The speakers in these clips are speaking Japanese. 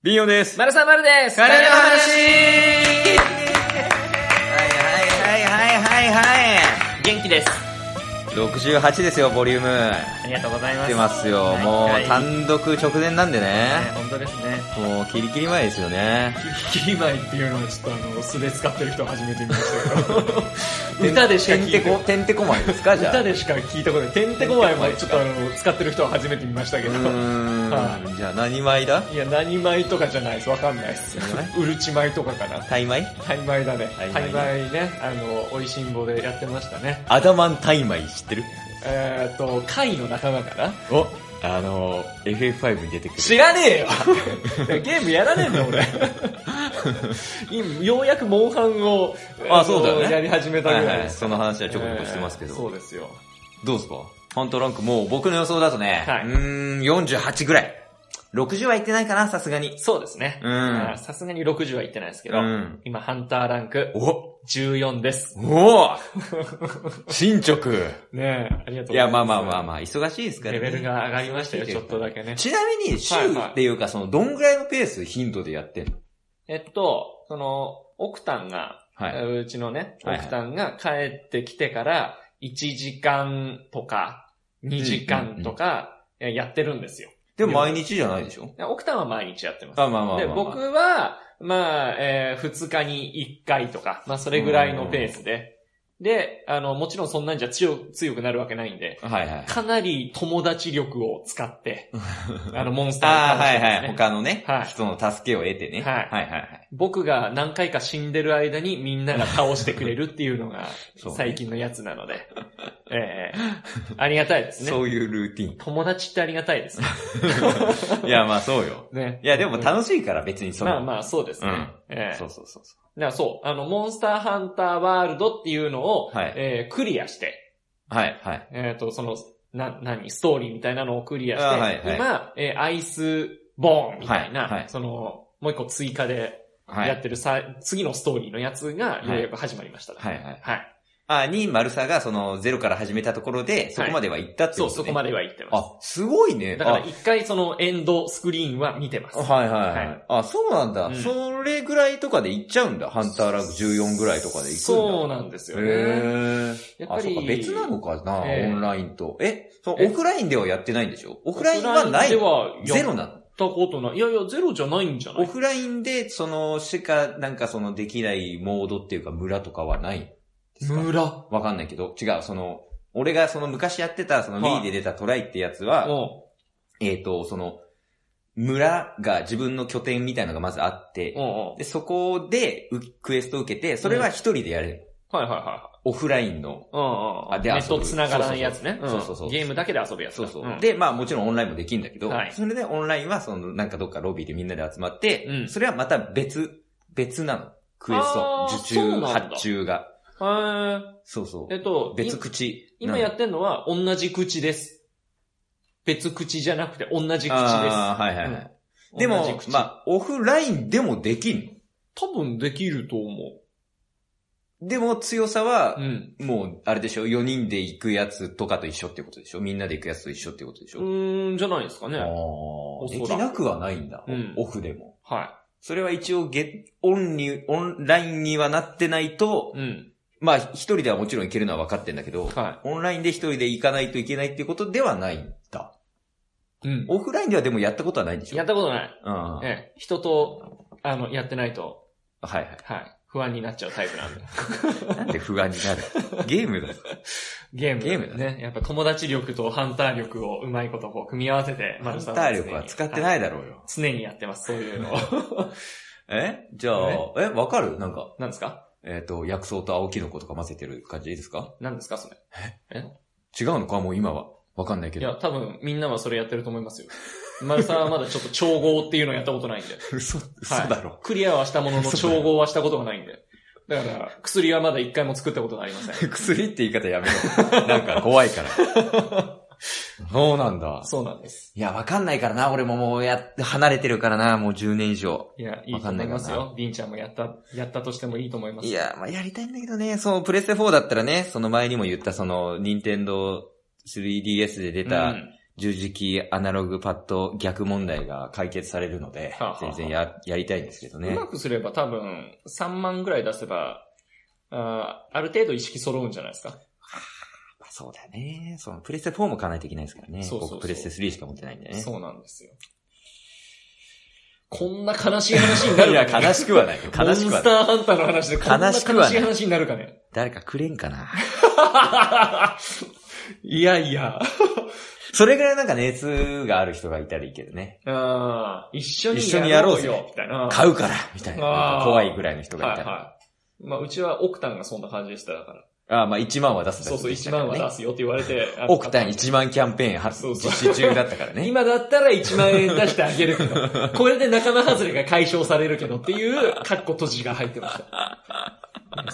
ビンヨンです。 マルサマルです。 金の話はい。 元気です。 68ですよ、ボリューム。 ありがとうございます。 来てますよ。もう単独直前なんでね。 本当ですね。 もうキリキリ前ですよね。 キリマイっていうのはちょっと素で使ってる人初めて見ましたけど。歌でしか聞いたことない。 てんてこまいですかじゃあ。 歌でしか聞いたことない。てんてこまいもちょっと使ってる人は初めて見ましたけど。 じゃあ何米だ？ いや、何米とかじゃないです。わかんないです。うるち米とかかな。 タイ米？ タイ米だね。タイ米ね、おいしんぼでやってましたね。 アダマンタイ米知ってる？ 貝の仲間かな？ おFF5 に出てくる。 知らねえよゲームやらねえんだよ、俺。今、ようやくモンハンを、 そうだよね。 やり始めたぐらいです。 その話はちょこちょこしてますけど。 そうですよ。 どうですか？ハンターランクもう僕の予想だとね、 はい、 48ぐらい。60はいってないかな、さすがに。 そうですね。さすがに60はいってないですけど、今、ハンターランク、14です。 おぉ進捗。 ねえ、ありがとうございます。 いや、まあ、忙しいですからね。 レベルが上がりましたよ、ちょっとだけね。 ちなみに、週っていうか、どんぐらいのペース、頻度でやってんの？ オクタンが、うちのね、オクタンが帰ってきてから、1時間とか、2時間とか、やってるんですよ。 でも毎日じゃないでしょ？ オクタンは毎日やってます。 で、 僕は、2日に1回とか、それぐらいのペースで。で、もちろんそんなんじゃ強くなるわけないんで、かなり友達力を使って、モンスターを倒してますね。 他のね、人の助けを得てね。 僕が何回か死んでる間にみんなが倒してくれるっていうのが最近のやつなので、ありがたいですね。 そういうルーティン。 友達ってありがたいですね。 いや、そうよ。ね。いや、でも楽しいから別にそうですね。 そう。 だからそう、モンスターハンターワールドっていうのを、クリアして、ストーリーみたいなのをクリアして、今、アイスボーンみたいな、もう一個追加でやってる次のストーリーのやつがようやく始まりました。 マルサがゼロから始めたところで、そこまでは行ったってことね。 そう、そこまでは行ってます。 すごいね。 だから一回エンドスクリーンは見てます。 そうなんだ。それぐらいとかで行っちゃうんだ。ハンターランク14ぐらいとかで行くんだ。 そうなんですよね。 やっぱり。別なのかな、オンラインと。オフラインではやってないんでしょ？オフラインはない。ゼロなの？ たことない。いや、ゼロじゃないんじゃない？ オフラインで、しか、できないモードっていうか村とかはない村わかんないけど、違う、俺が昔やってた、Wii で出たトライってやつは、村が自分の拠点みたいなのがまずあって、で、そこでクエストを受けて、それは一人でやれる。オフラインの。 ネット繋がらないやつね。 そう。 ゲームだけで遊ぶやつ。 で、もちろんオンラインもできるんだけど、それでオンラインはどっかロビーでみんなで集まって、それはまた別なの。クエスト、受注、発注が。そう。別口。 今やってんのは同じ口です。別口じゃなくて同じ口です。 でも、オフラインでもできんの？ 多分できると思う。 でも強さは、もう、あれでしょ、4人で行くやつとかと一緒ってことでしょ？みんなで行くやつと一緒ってことでしょ？ じゃないですかね。 できなくはないんだ。オフでも。それは一応オンラインにはなってないと、一人ではもちろん行けるのは分かってんだけど、オンラインで一人で行かないといけないっていうことではないんだ。オフラインではでもやったことはないんでしょ？ やったことない。人と、やってないと。不安になっちゃうタイプなんで。 なんで不安になる？ゲームだ。 ゲームだね。やっぱ友達力とハンター力をうまいこと組み合わせて、 ハンター力は使ってないだろうよ。 常にやってます、そういうのを。 じゃあ、わかる？ 何ですか？ 薬草と青キノコとか混ぜてる感じですか？ 何ですかそれ？ 違うのかもう今は。わかんないけど。 いや、多分みんなはそれやってると思いますよ。マルサはまだちょっと調合っていうのをやったことないんで。 嘘だろ。 クリアはしたものの調合はしたことがないんで。だから、薬はまだ一回も作ったことがありません。 薬って言い方やめろ。なんか怖いから。そうなんだ。 そうなんです。 いや、わかんないからな。俺ももう離れてるからな。もう10年以上。 いや、いいと思いますよ。ビンちゃんもやったとしてもいいと思います。 いや、やりたいんだけどね。プレステ4だったらね、前にも言った任天堂 3DS で出た、 十字キーアナログパッド逆問題が解決されるので、全然やりたいんですけどね。 うまくすれば多分3万ぐらい出せば、ある程度意識揃うんじゃないですか。 そうだよね。プレステ4も買わないといけないですからね。僕プレステ3しか持ってないんでね。 そうなんですよ。こんな悲しい話になるかね。 いや、悲しくはない。悲しくはない。モンスターハンターの話でこんな悲しい話になるかね。 誰かくれんかな。 いやいや。 それぐらいなんか熱がある人がいたらいいけどね。 一緒にやろうよ、みたいな。 買うから、みたいな。怖いぐらいの人がいたら。はいはい。 まあ、うちはオクタンがそんな感じでしただから。 まあ1万は出すだけ、 そう、1万は出すよって言われて。 オクタン1万キャンペーン実施中だったからね。 今だったら1万円出してあげるけど、これで仲間外れが解消されるけどっていう、カッコ閉じが入ってました。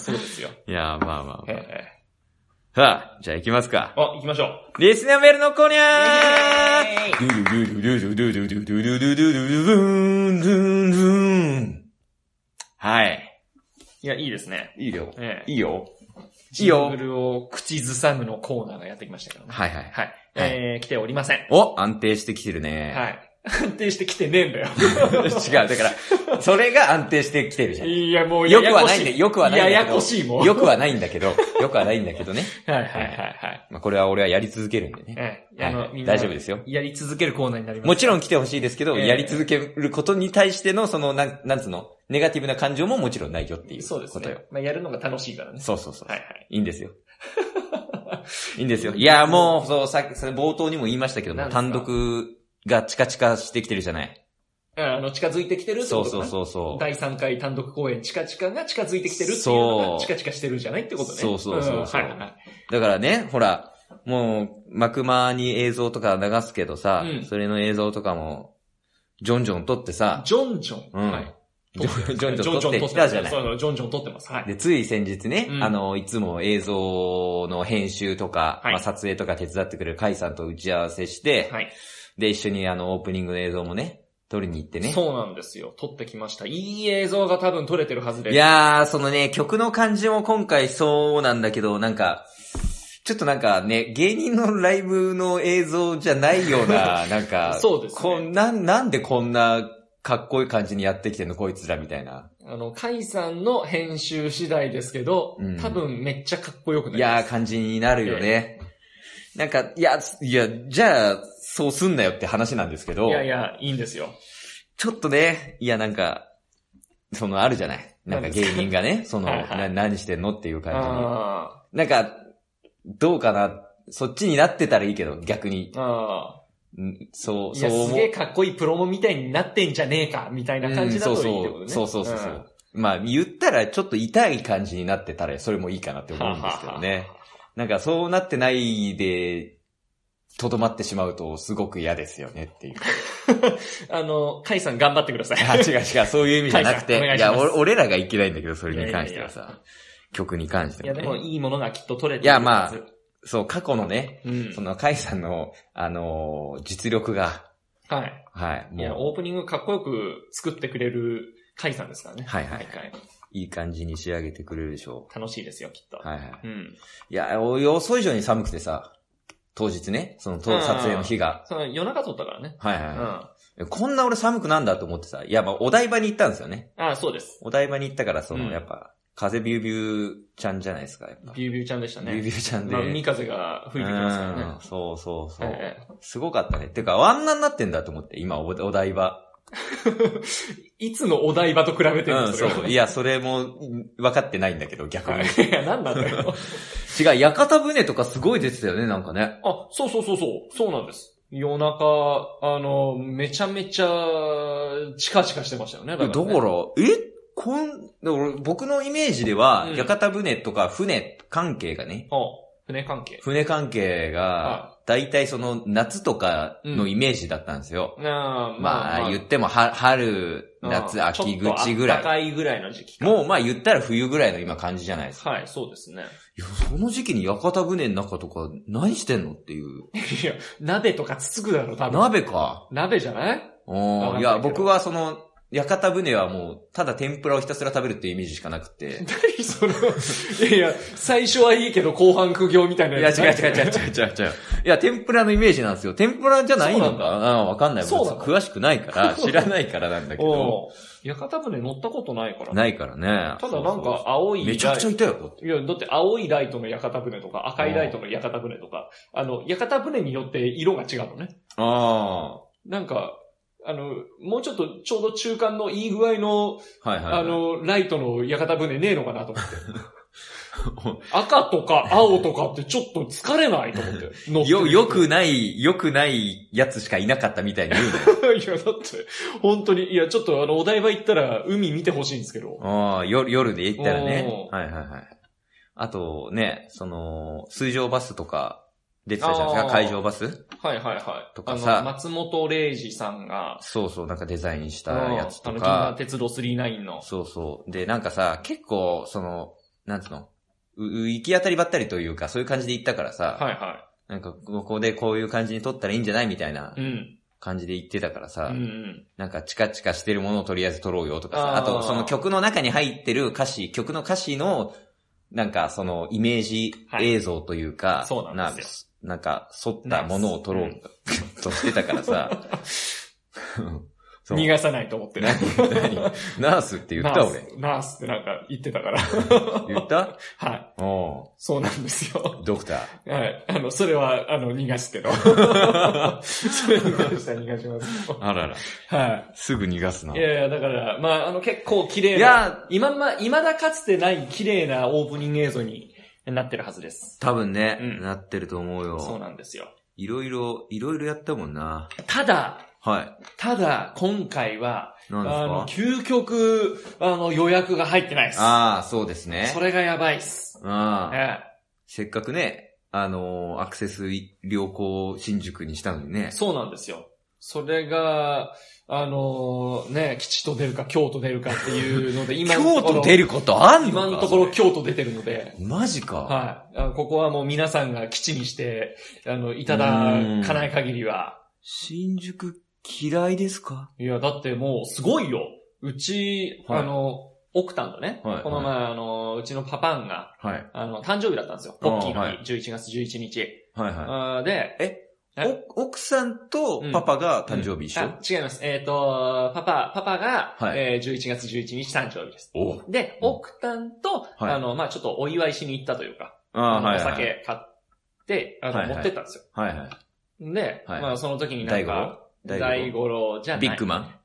そうですよ。 いや、まあまあ。さあ、じゃあ行きますか。 行きましょう。 リスナーメールのコーニャーはい。 いや、いいですね。 いいよ。いいよ。 ジングルを口ずさむのコーナーがやってきましたけどね。 はいはい。 はい。来ておりません。 安定してきてるね。 はい。安定してきてねえんだよ。 違う。だから、それが安定してきてるじゃん。 いや、もうよくはないんだよくはないんだけど。 ややこしいもん。 よくはないんだけどね。 はい。 まあ、これは俺はやり続けるんでね。大丈夫ですよ。 やり続けるコーナーになります。 もちろん来てほしいですけど、やり続けることに対しての、なんつうの、ネガティブな感情ももちろんないよっていうことよ。 そうですね。まあ、やるのが楽しいからね。 そう。はい。いいんですよ。いいんですよ。いや、もう、冒頭にも言いましたけども、単独がチカチカしてきてるじゃない。 近づいてきてるってことかな。 そう。 第3回単独公演チカチカが近づいてきてるっていうのがチカチカしてるじゃないってことね。 そう。だからね、ほら、もう、幕間に映像とか流すけどさ、それの映像とかも、ジョンジョン撮ってさ。 ジョンジョン。 はい。ジョンジョン撮ってきたじゃない。 そう、ジョンジョン撮ってます。はい。 で、つい先日ね、いつも映像の編集とか、まあ、撮影とか手伝ってくれるカイさんと打ち合わせして、はい。で、一緒にオープニングの映像もね、撮りに行ってね。 そうなんですよ。撮ってきました。いい映像が多分撮れてるはずです。 いやー、曲の感じも今回そうなんだけど、なんか、ちょっとなんかね、芸人のライブの映像じゃないような、なんか、 そうですね。 なんでこんなかっこいい感じにやってきてんのこいつらみたいな。 カイさんの編集次第ですけど、多分めっちゃかっこよくなります。 いやー、感じになるよね。なんか、いや、じゃあ、そうすんなよって話なんですけど。 いや、いいんですよ。 ちょっとね、いやなんか、あるじゃない。なんか芸人がね、何してんのっていう感じに。なんか、どうかな、そっちになってたらいいけど、逆に。そう。 いや、すげえかっこいいプロモみたいになってんじゃねえか、みたいな感じだといいってことね。 そう。まあ、言ったらちょっと痛い感じになってたら、それもいいかなって思うんですけどね。なんかそうなってないで、とどまってしまうとすごく嫌ですよねっていう。 カイさん頑張ってください。 違う、そういう意味じゃなくて、いや、俺らがいけないんだけど、それに関してはさ。曲に関してはね。いや、でもいいものがきっと取れてる。 いや、まあ、そう、過去のね、カイさんの、実力が。 はい。 はい。 いや、オープニングかっこよく作ってくれるカイさんですからね。 はい。いい感じに仕上げてくれるでしょう。楽しいですよ、きっと。 はい。いや、予想以上に寒くてさ、当日ね、撮影の日が。 夜中撮ったからね。 はい。こんな俺寒くなんだと思ってさ、いや、まあ、お台場に行ったんですよね。 そうです。 お台場に行ったから、やっぱ、風ビュービューちゃんじゃないですか、やっぱ。 ビュービューちゃんでしたね。 ビュービューちゃんで。 まあ、海風が吹いてきますからね。 そう。すごかったね。てか、あんなになってんだと思って、今、お台場。 いつのお台場と比べてるんですか？ そう。いや、それも分かってないんだけど、逆に。 いや、なんなんだよ。 違う、屋形船とかすごい出てたよね、なんかね。 そうなんです。夜中、めちゃめちゃ、チカチカしてましたよね。 だから、僕のイメージでは、屋形船とか船関係がね。 船関係が、だいたい夏とかのイメージだったんですよ。まあ、言っても春、夏、秋口ぐらい。 暖かいぐらいの時期。 もうまあ言ったら冬ぐらいの今感じじゃないですか。 はい、そうですね。 いや、その時期に屋形船の中とか何してんのっていう。 いや、鍋とかつつくだろ、多分。 鍋か。 鍋じゃない？ いや、僕は屋形船はもう、ただ天ぷらをひたすら食べるっていうイメージしかなくて。 何その、いや、最初はいいけど後半苦行みたいなやつ。 いや、違う。いや、天ぷらのイメージなんですよ。天ぷらじゃないのかわかんない。 そうなの詳しくないから、知らないからなんだけど。 屋形船乗ったことないから。 ないからね。 ただなんか青い。 めちゃくちゃいたよ。 いや、だって青いライトの屋形船とか赤いライトの屋形船とか、屋形船によって色が違うのね。 ああ。 なんか、もうちょっとちょうど中間のいい具合の、ライトの屋形船ねえのかなと思って。赤とか青とかってちょっと疲れないと思って。 よくないやつしかいなかったみたいに言うのよ。いや、だって、本当に、いや、ちょっとお台場行ったら海見てほしいんですけど。 ああ、夜で行ったらね。はい。あとね、水上バスとか、出てたじゃないですか、海上バスはい。 とかさ。 松本零士さんが。 そう、なんかデザインしたやつとか。 銀河鉄道999の。 そう。で、なんかさ、結構、なんつうの行き当たりばったりというか、そういう感じで行ったからさ。 はい。 なんか、ここでこういう感じに撮ったらいいんじゃないみたいな。感じで言ってたからさ。なんか、チカチカしてるものをとりあえず撮ろうよとかさ。あと、その曲の中に入ってる曲の歌詞の、なんか、イメージ映像というか。 そうなんですよ。 なんか、沿ったものを撮ろうとしてたからさ。 逃がさないと思ってね。 ナースって言った俺。 ナースってなんか言ってたから。 言ったはい。そうなんですよ。 ドクター。はい。それは、逃がすけど。それに関しては逃がしますけど。 あらら。 はい。 すぐ逃がすな。 いや、だから、まあ、結構綺麗な。未だかつてない綺麗なオープニング映像になってるはずです。 多分ね、なってると思うよ。 そうなんですよ。 いろいろやったもんな。 ただ、 はい。 ただ、今回は、 何ですか究極、予約が入ってないです。 ああ、そうですね。 それがやばいっす。 せっかくね、アクセス良好新宿にしたのにね。 そうなんですよ。それが、吉と出るか京都出るかっていうので、 今のところ。京都出ることあんのか？ 今のところ京都出てるので。 マジか。 はい。ここはもう皆さんが基地にして、いただかない限りは。 新宿嫌いですか？ いや、だってもうすごいよ。うち、オクタンとね、この前、うちのパパンが、誕生日だったんですよ。ポッキーの日、11月11日。で、 奥さんとパパが誕生日一緒？ 違います。パパが、11月11日誕生日です。で、奥さんと、まあちょっとお祝いしに行ったというか、お酒買って、持ってったんですよ。で、まあその時になんか、大五郎じゃない。 ビッグマン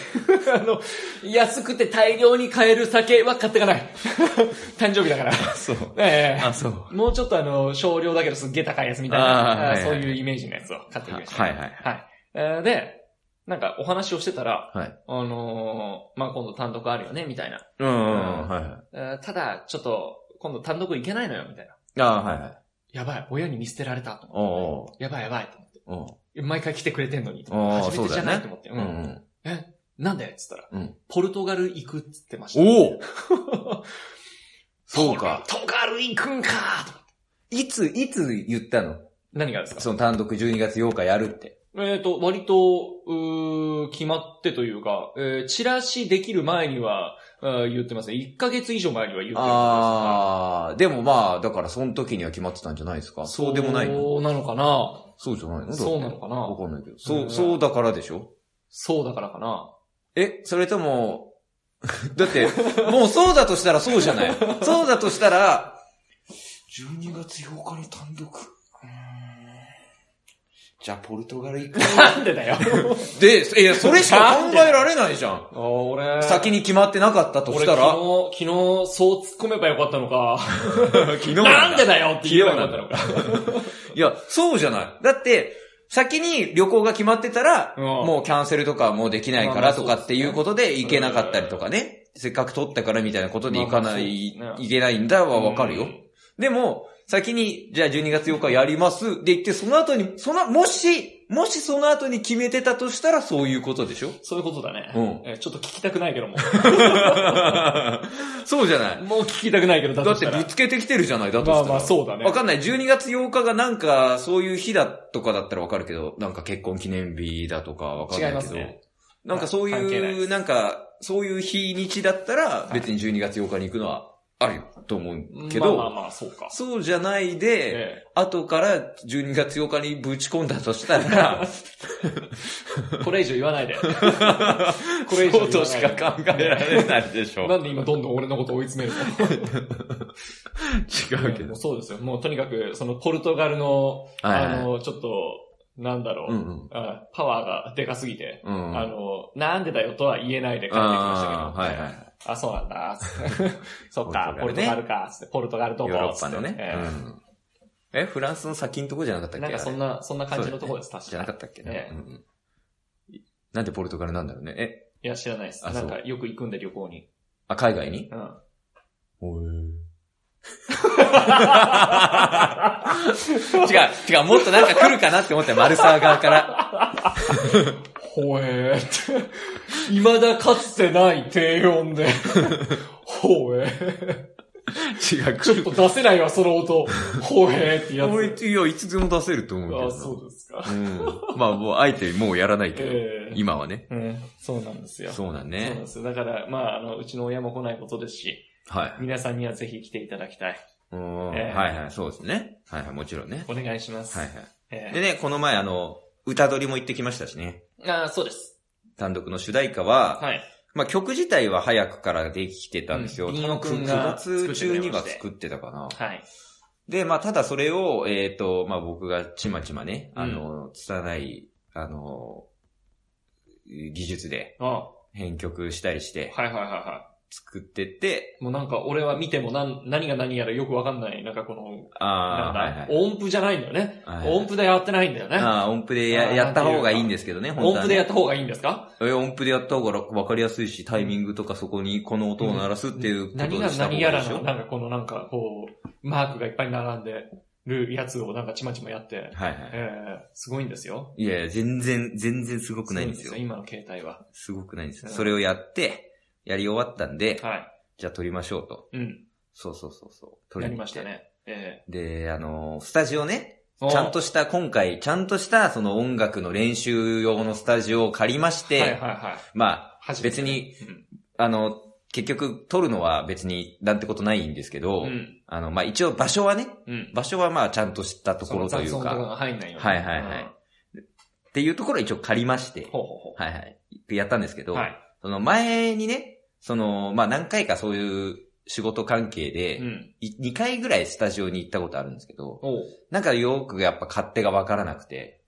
安くて大量に買える酒は買ってかない。誕生日だから。 そう。そう。 もうちょっと少量だけどすっげえ高いやつみたいな、そういうイメージのやつを買ってきました。はい。で、なんかお話をしてたら、まあ今度単独あるよね、みたいな。ただ、ちょっと、今度単独行けないのよ、みたいな。やばい、親に見捨てられたと思って。やばい、と思って。毎回来てくれてんのに。初めてじゃないと思って。なんでっつったら、ポルトガル行くっつってました。 そうか。 ポルトガル行くんかいつ言ったの？ 何がですか？ その単独12月8日やるって。 割と、決まってというか、チラシできる前には、言ってますね。1ヶ月以上前には言ってます。 でもまあ、だからその時には決まってたんじゃないですか？そうでもないの？ そうなのかな？ そうじゃないの？ そうなのかな？ わかんないけど。そうだからでしょ？ そうだからかな？ それとも、だって、もうそうだとしたらそうじゃない。そうだとしたら、12月8日に単独。じゃあ、ポルトガル行く。 なんでだよ。 で、それしか考えられないじゃん。 俺。 先に決まってなかったとしたら。 昨日、そう突っ込めばよかったのか。昨日なんでだよって言えばよかったのか。 いや、そうじゃない。だって、先に旅行が決まってたら、もうキャンセルとかもうできないからとかっていうことで行けなかったりとかね。せっかく取ったからみたいなことで行かない、行けないんだはわかるよ。でも、先に、じゃあ12月8日やりますで言って、その後に、もしその後に決めてたとしたらそういうことでしょ？ そういうことだね。ちょっと聞きたくないけども。 そうじゃない。 もう聞きたくないけど、 だってぶつけてきてるじゃない、だとしたら。 まあそうだね。 わかんない。12月8日がなんか、そういう日だとかだったらわかるけど、なんか結婚記念日だとかわかんないけど。 違いますね。 なんかそういう、なんか、そういう日にちだったら、別に12月8日に行くのはあるよと思うけど、 まあ、そうか。 そうじゃないで、後から12月8日にぶち込んだとしたら、 これ以上言わないで。これ以上言わないで。そうとしか考えられないでしょ。 なんで今どんどん俺のこと追い詰めるの違うけど。 そうですよ。もうとにかく、そのポルトガルの、ちょっと、なんだろう、パワーがでかすぎて、なんでだよとは言えないで帰ってきましたけど、そうなんだ。そっか、ポルトガルか。ポルトガルどこ？ ヨーロッパのね。フランスの先のとこじゃなかったっけ？ なんかそんな感じのとこです、確かに。 じゃなかったっけね。なんでポルトガルなんだろうね。 いや、知らないです。なんかよく行くんで旅行に。 海外に？違う、もっとなんか来るかなって思ったよ、マルサー側から。 ほえーって。未だかつてない低音で。ほえー。 違う、 ちょっと出せないわ、その音。ほえーってやつ。 いや、いつでも出せると思うけど。 そうですか。 まあ、もう、あえてもうやらないけど、今はね。 そうなんですよ。 そうなんね。 そうなんですよ。だから、まあ、うちの親も来ないことですし、皆さんにはぜひ来ていただきたい。 そうですね。もちろんね。 お願いします。 でね、この前歌取りも行ってきましたしね。 そうです。 単独の主題歌は、まあ曲自体は早くからできてたんですよ。 9月中には作ってたかな。で、まあただそれを、まあ僕がちまちまね、拙い、技術で、編曲したりして、作ってて。 もうなんか俺は見ても何が何やらよくわかんない。なんかこの、音符じゃないんだよね。音符でやってないんだよね。 音符でやった方がいいんですけどね、 本当は、音符でやった方がいいんですか？ 音符でやった方がわかりやすいし、タイミングとかそこにこの音を鳴らすっていうことをした方がいいでしょ。 何が何やらの、なんかこのなんかこう、マークがいっぱい並んでるやつをなんかちまちまやって。すごいんですよ。 いや、全然すごくないんですよ。 今の携帯は。 すごくないんですよ。それをやって、やり終わったんで、じゃあ撮りましょうと。そう。 撮りましたね。 で、スタジオね、ちゃんとしたその音楽の練習用のスタジオを借りまして、まあ、別に、結局撮るのは別になんてことないんですけど、まあ一応場所はね、場所はまあちゃんとしたところというか、っていうところを一応借りまして、やったんですけど、その前にね、まあ何回かそういう仕事関係で、2回ぐらいスタジオに行ったことあるんですけど、なんかよくやっぱ勝手がわからなくて。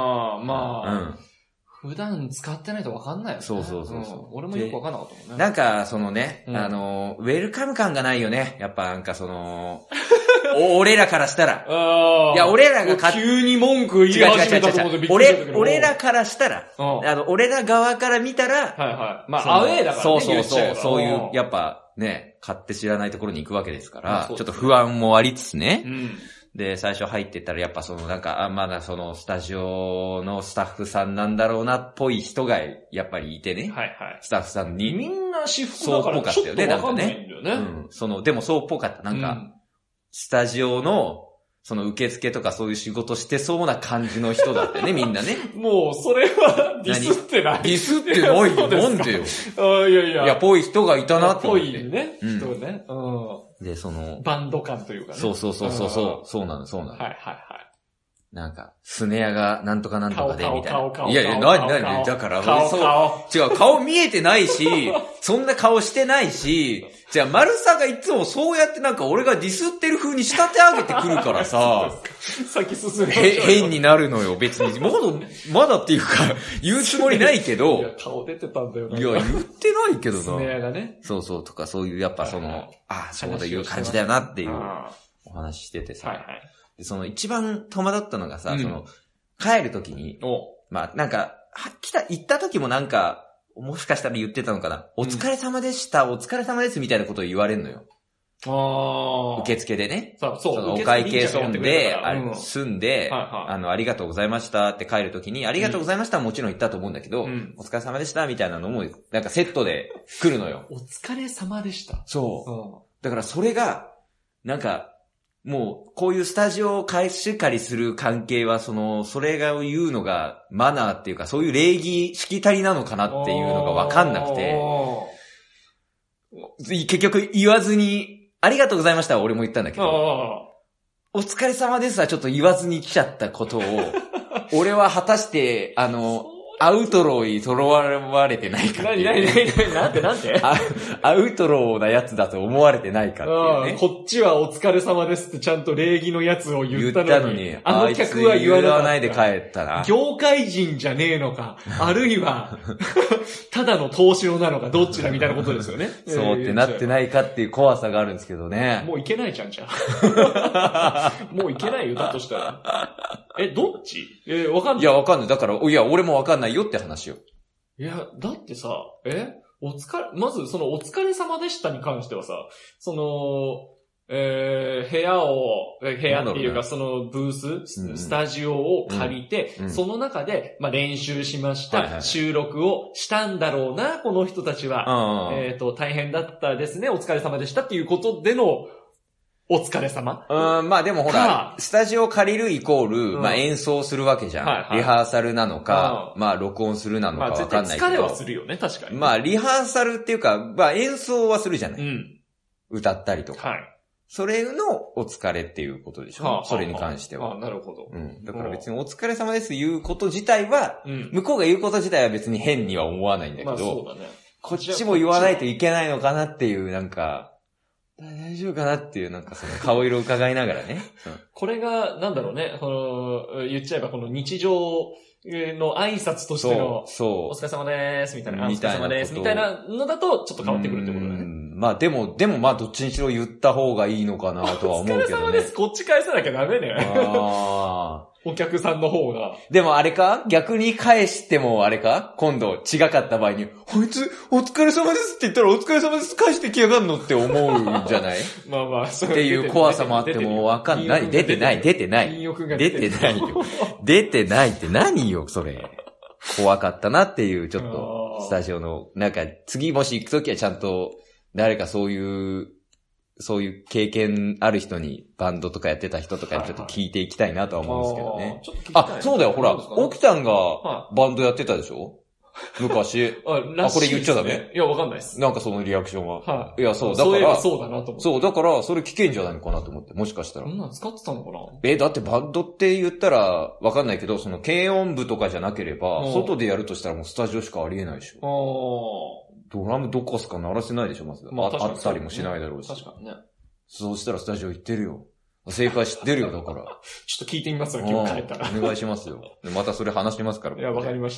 普段使ってないとわかんないよね。 そう。 俺もよくわかんなかったもんね。 なんか、ウェルカム感がないよね。やっぱなんか俺らからしたら。いや、俺らが急に文句言い始めたと思ってびっくりしたけど。 俺らからしたら、俺ら側から見たら、 まあ、アウェーだからね。 そういう、やっぱね、勝手知らないところに行くわけですから、ちょっと不安もありつつね。で、最初入ってったらやっぱなんか、まだスタジオのスタッフさんなんだろうなっぽい人がやっぱりいてね。スタッフさんに。 みんな私服だからちょっとわかんないんだよね。 でもそうっぽかった。なんか、スタジオの、受付とかそういう仕事してそうな感じの人だってね、みんなね。 もう、それは、ディスってない。 ディスってないよ、なんでよ。いや、ぽい人がいたなって思って。 ぽいね、人ね。 で、 バンド感というかね。 そう。そうなの。なんか、スネアがなんとかなんとかで、みたいな。いや、だから、違う、顔見えてないし、そんな顔してないし、じゃあ、マルサがいつもそうやってなんか俺がディスってる風に仕立て上げてくるからさ、 先進め変になるのよ、別に。まだっていうか、言うつもりないけど。 いや、顔出てたんだよな。 いや、言ってないけどな。 スネアがね。 そうとか、そういう、やっぱそういう感じだよなっていうお話しててさ。一番戸惑ったのがさ、帰るときに、まあ、なんか、行った時もなんか、もしかしたら言ってたのかな。お疲れ様でした、お疲れ様ですみたいなことを言われるのよ。受付でね。お会計済んで、ありがとうございましたって帰るときに、ありがとうございましたはもちろん言ったと思うんだけど、お疲れ様でしたみたいなのも、なんかセットで来るのよ。 お疲れ様でした。 そう。だからそれが、なんか、 もう、こういうスタジオを貸し借りする関係は、それが言うのがマナーっていうか、そういう礼儀、しきたりなのかなっていうのがわかんなくて、結局言わずに、ありがとうございましたは俺も言ったんだけど、お疲れ様ですはちょっと言わずに来ちゃったことを、俺は果たして、アウトローにとらわれてないかっていう、 なんてアウトローなやつだと思われてないかっていうね。 こっちはお疲れ様ですってちゃんと礼儀のやつを言ったのに、あの客は言わないで帰ったな。業界人じゃねえのか、あるいは、ただの投資なのか、どっちだみたいなことですよね。 そうってなってないかっていう怖さがあるんですけどね。 もういけないじゃん、じゃあ。もういけないよ、だとしたら。どっちわかんない。 いや、わかんない。だから、俺もわかんないよって話よ。 いや、だってさ、まずそのお疲れ様でしたに関してはさ、部屋っていうかそのブース、スタジオを借りて、その中で、練習しました、収録をしたんだろうな、この人たちは。大変だったですね、お疲れ様でしたっていうことでの、お疲れ様。 でもほら、スタジオ借りるイコール、演奏するわけじゃん。リハーサルなのか、録音するなのかわかんないけど。 疲れはするよね、確かに。 リハーサルっていうか、演奏はするじゃない。歌ったりとか。それのお疲れっていうことでしょ。それに関しては。 なるほど。 だから別にお疲れ様です言うこと自体は、向こうが言うこと自体は別に変には思わないんだけど、こっちも言わないといけないのかなっていう、なんか、大丈夫かなっていう、なんかその顔色を伺いながらね。 これが、なんだろうね、言っちゃえばこの日常の挨拶としての、お疲れ様でーすみたいな、お疲れ様でーすみたいなのだとちょっと変わってくるってことだね。 でもどっちにしろ言った方がいいのかなとは思うけどね。お疲れ様です、 こっち返さなきゃダメね。お客さんの方が。 でもあれか逆に返してもあれか今度違かった場合に、こいつ、お疲れ様ですって言ったらお疲れ様です返してきやがんのって思うんじゃないそうっていう怖さもあってもわかんない。出てない。出てないよ。出てないって何よ、それ。怖かったなっていう、ちょっと、スタジオの、なんか、次もし行くときはちゃんと、誰かそういう経験ある人に、バンドとかやってた人とかにちょっと聞いていきたいなとは思うんですけどね。そうだよ、ほら、奥さんがバンドやってたでしょ昔。これ言っちゃダメ？ いや、わかんないです。 なんかそのリアクションが。いや、そう、 だから。そうだなと思って。 そう、だから、それ聞けんじゃないのかなと思って、もしかしたら。 そんなの使ってたのかな？ だってバンドって言ったら、わかんないけど、その軽音部とかじゃなければ、外でやるとしたらもうスタジオしかありえないでしょ。ドラムどこすか鳴らせないでしょ、まず。あったりもしないだろうし。 確かにね。 そうしたらスタジオ行ってるよ。正解知ってるよ、だから。 ちょっと聞いてみますよ、今日帰ったら。 お願いしますよ。またそれ話しますから。 いや、わかりました。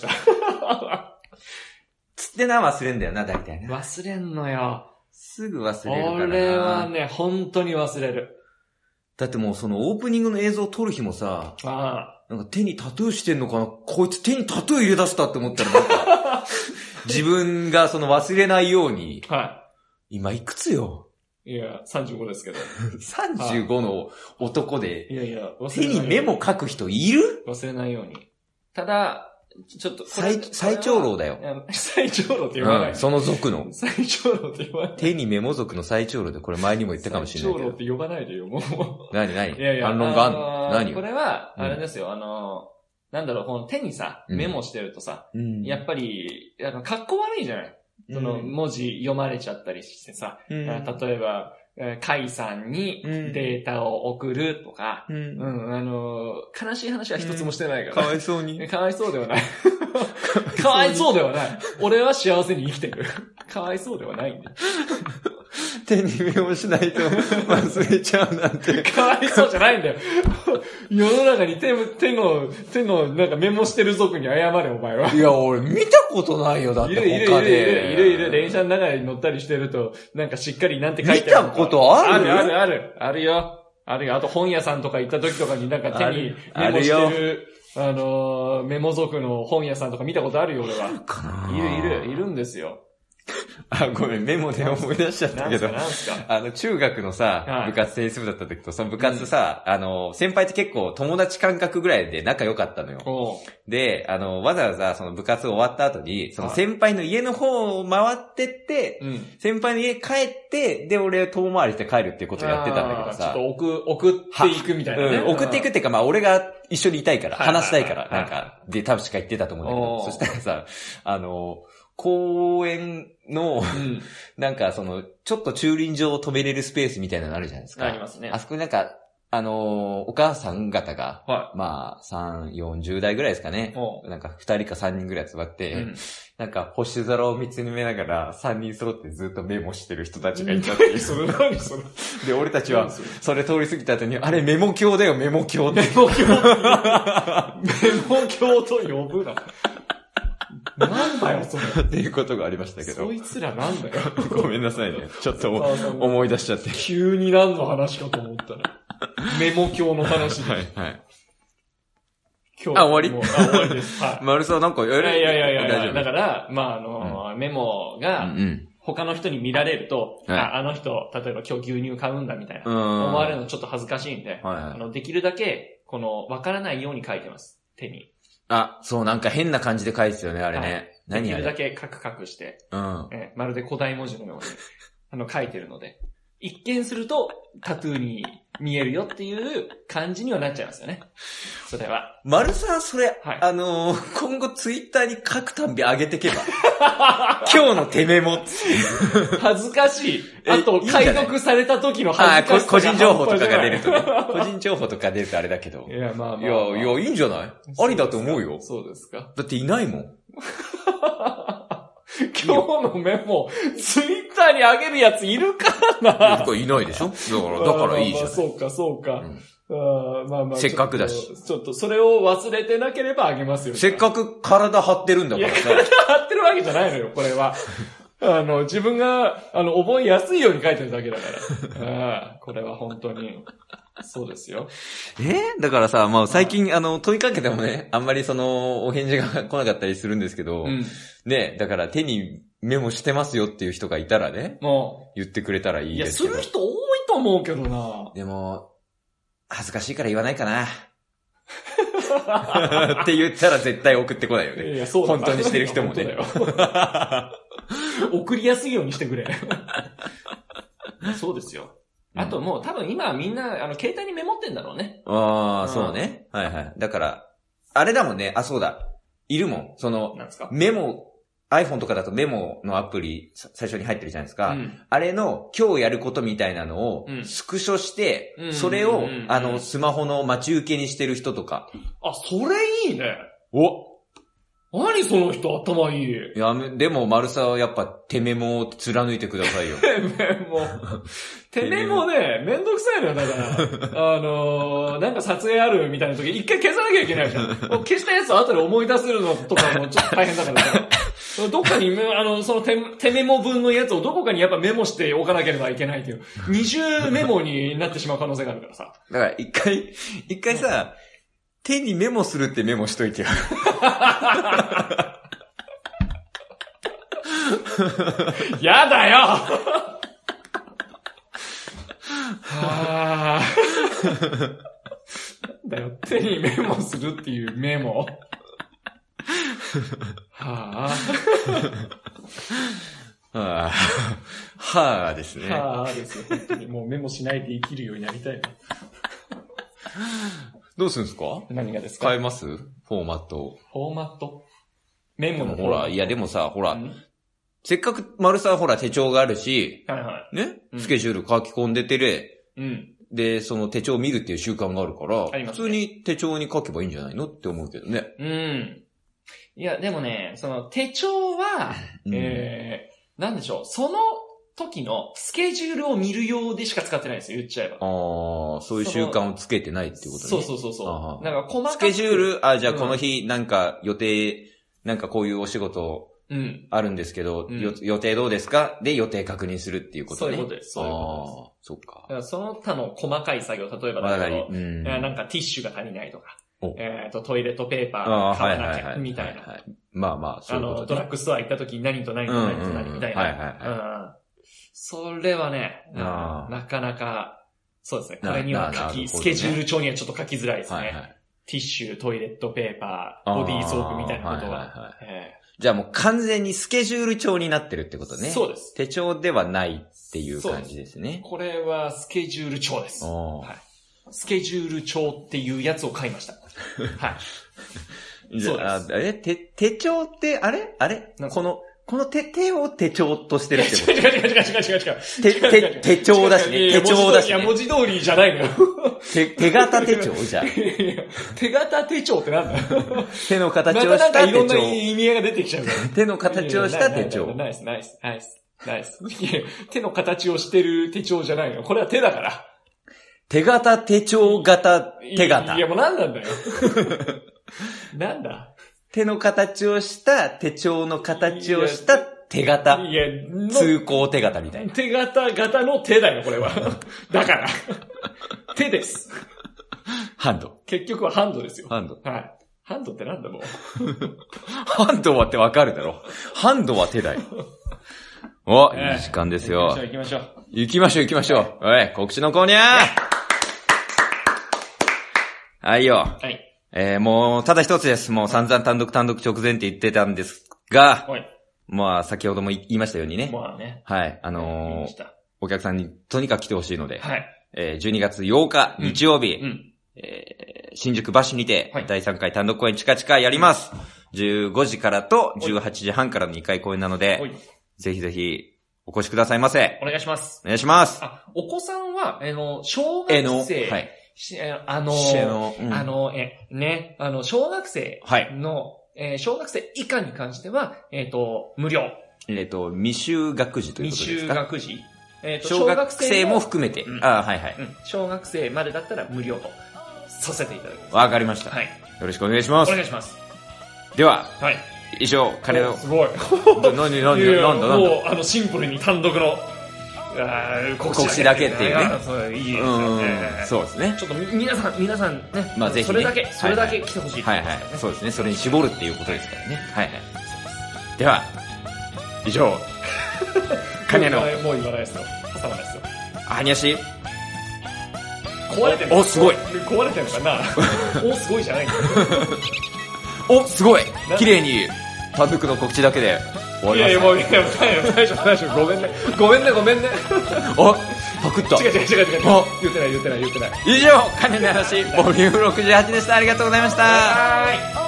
つってな、忘れんだよな、大体な。 忘れんのよ。 すぐ忘れるからな。 俺はね、本当に忘れる。 だってもうそのオープニングの映像を撮る日もさ、なんか手にタトゥーしてんのかな、こいつ手にタトゥー入れ出したって思ったらなんか、自分がその忘れないように。今いくつよ。 いや、35ですけど。 35の男で、 いや、 手にメモ書く人いる？ 忘れないように。ただ、ちょっと、 最長老だよ。 最長老って言わない。 その族の。 最長老って言わない。 手にメモ族の最長老で、これ前にも言ったかもしれないけど。 最長老って呼ばないでよ、もう。 何いや、 反論があんの？何これは、あれですよ、なんだろう、この手にさ、メモしてるとさ、やっぱり、格好悪いじゃない？その文字読まれちゃったりしてさ、例えば、カイさんにデータを送るとか、悲しい話は一つもしてないから。 かわいそうに。 かわいそうではない。かわいそうではない。俺は幸せに生きてる。かわいそうではないんだよ。 手にメモしないと忘れちゃうなんて。 かわいそうじゃないんだよ。世の中に手のなんかメモしてる族に謝れ、お前は。 いや、俺見たことないよ、だって他で。 いる。電車の中に乗ったりしてると、なんかしっかりなんて書いてある。見たことある？ あるよ。あと本屋さんとか行った時とかになんか手にメモしてる、メモ族の本屋さんとか見たことあるよ、俺は。いるんですよ。 ごめん、メモで思い出しちゃったけど、中学のさ、部活テニス部だった時と、その部活さ、先輩って結構友達感覚ぐらいで仲良かったのよ。で、わざわざその部活終わった後に、その先輩の家の方を回ってって、先輩の家帰って、で、俺遠回りして帰るっていうことをやってたんだけどさ。 ちょっと送っていくみたいなね。 送っていくっていうか、まあ俺が一緒にいたいから、話したいから、なんか、で、確か言ってたと思うんだけど、そしたらさ、公園の、なんかちょっと駐輪場を止めれるスペースみたいなのあるじゃないですか。 ありますね。 あそこになんか、お母さん方が、まあ、3、40代ぐらいですかね。なんか、2人か3人ぐらい集まって、なんか、星空を見つめながら、3人揃ってずっとメモしてる人たちがいたっていう。 何それで、俺たちは、それ通り過ぎた後に、あれメモ帳だよ、メモ帳って。 メモ帳と呼ぶな。なんだよ、それ。 っていうことがありましたけど。 そいつらなんだよ。 ごめんなさいね。ちょっと思い出しちゃって。 急に何の話かと思ったら。メモ帳の話で。 はい、はい。 今日。 終わり終わりです。はい。 丸さんなんかやる？ いや、だから、まあメモが、他の人に見られると、あの人、例えば今日牛乳買うんだみたいな。思われるのちょっと恥ずかしいんで、できるだけ、わからないように書いてます。手に。 そう、なんか変な感じで書いてたよね、あれね。 できるだけカクカクして、まるで古代文字のように、書いてるので、一見するとタトゥーに見えるよっていう感じにはなっちゃいますよね。それは。 丸さん、それ、今後ツイッターに書くたんび上げてけば。今日の手メモ。 恥ずかしい。あと、解読された時の恥ずかしさ。 個人情報とかが出るとね。個人情報とか出るとあれだけど。 いや、まあ。 いや、いいんじゃない？ありだと思うよ。 そうですか。 だっていないもん。 今日のメモ、ツイッターに上げるやついるかな？ いないでしょ？だからいいじゃん。 そうか。 せっかくだし。 ちょっと、それを忘れてなければあげますよ。 せっかく体張ってるんだからさ。 体張ってるわけじゃないのよ、これは。自分が、覚えやすいように書いてるだけだから。これは本当に。そうですよ。 だからさ、まあ最近、問いかけてもね、あんまりお返事が来なかったりするんですけど、ね、だから手にメモしてますよっていう人がいたらね、言ってくれたらいいですけど。 いや、する人多いと思うけどな。 でも、恥ずかしいから言わないかな。って言ったら絶対送ってこないよね。 いや、そうだ。 本当にしてる人もね。 送りやすいようにしてくれ。そうですよ。あともう多分今はみんな、携帯にメモってんだろうね。 そうね。はいはい。だから、あれだもんね。そうだ。いるもん。 なんですか？ メモ、iPhone とかだとメモのアプリ最初に入ってるじゃないですか。あれの今日やることみたいなのをスクショして、それをスマホの待ち受けにしてる人とか。 それいいね。何その人頭いい。 いや、でも丸さはやっぱ手メモを貫いてくださいよ。 手メモね、めんどくさいのよ、だから。なんか撮影あるみたいな時、一回消さなきゃいけないじゃん。消したやつを後で思い出せるのとかもちょっと大変だからさ。どっかに、その手メモ分のやつをどこかにやっぱメモしておかなければいけないという、二重メモになってしまう可能性があるからさ。 だから一回さ、手にメモするってメモしといてよ。 やだよなんだよ、手にメモするっていうメモ。 ですね。 ですよ。本当にもうメモしないで生きるようになりたいな。 どうするんですか？ 何がですか？ 変えます？フォーマット。 フォーマット？メモのほら、いやでもさ、ほら、せっかく丸さんほら手帳があるし、ね、スケジュール書き込んでてで、その手帳を見るっていう習慣があるから、普通に手帳に書けばいいんじゃないのって思うけどね。 いや、でもね、その手帳は、なんでしょう、その時のスケジュールを見るようでしか使ってないんですよ、言っちゃえば。 そういう習慣をつけてないっていうことね。 そう。なんか細かく。 スケジュール、じゃあこの日なんか予定、なんかこういうお仕事あるんですけど、予定どうですか？で予定確認するっていうことね。 そういうことです。 そうか。 だからその他の細かい作業、例えばだけど、なんかティッシュが足りないとか。 トイレットペーパー買わなきゃ、みたいな。 まあまあ、そういうことね。 ドラッグストア行った時に何と何と何と何みたいな。それはね、なかなか、そうですね。これにはスケジュール帳にはちょっと書きづらいですね。ティッシュ、トイレットペーパー、ボディーソープみたいなことは。 じゃあもう完全にスケジュール帳になってるってことね。 そうです。 手帳ではないっていう感じですね。 これはスケジュール帳です。スケジュール帳っていうやつを買いました。はい。 そうです。手帳って、あれこの手を手帳としてるってこと？違う。手帳だしね。手帳だしね。 いや、文字通りじゃないのよ。 手形手帳じゃん。 手形手帳ってなんだ手の形をした手帳。またなんかいろんな意味合いが出てきちゃうから。 手の形をした手帳。 ナイス。手の形をしてる手帳じゃないのよ。これは手だから。 手形手帳型手形。 いや、もう何なんだよ。なんだ手の形をした手帳の形をした手形。いや、通行手形みたいな。 手形型の手だよ、これは。だから。手です。 ハンド。 結局はハンドですよ。 ハンド。 はい。ハンドってなんだもう。 ハンドはってわかるだろ。ハンドは手だよ。お、いい時間ですよ。 行きましょう。 行きましょう。おい、告知のコーニャーはいよ。 はい。 もう、ただ一つです。もう散々単独直前って言ってたんですが、 はい。 まあ、先ほども言いましたようにね。 まあね。 はい。お客さんにとにかく来てほしいので、 はい。 12月8日、日曜日、新宿バッシュにて、第3回単独公演チカチカやります。15時からと18時半からの2回公演なので、ぜひぜひ、お越しくださいませ。 お願いします。 お願いします。 お子さんは、小学生、はい。小学生の、小学生以下に関しては、無料。 未就学児ということですか？ 未就学児。 小学生も含めて。はい。 小学生までだったら無料とさせていただきます。 わかりました。はい。よろしくお願いします。 お願いします。 では、 はい。 以上、金の。 すごい。 なんだもう、シンプルに単独の、 告知だけっていうね。 いいですね。 そうですね。 ちょっと皆さんね。 まあぜひ。 それだけ来てほしい。 はい。そうですね。それに絞るっていうことですからね。はい。では、以上、金の。 もう言わないですよ。挟まないですよ。 はにゃし。 壊れてる。 お、すごい。 壊れてるのかなお、すごいじゃないんだよ。 お、すごい。綺麗に単独の告知だけで終わりました。いや、もう、大丈夫。ごめんね。あ、パクった。 違う。言ってない。 以上、金の話、ボリューム68でした。ありがとうございました。 はい。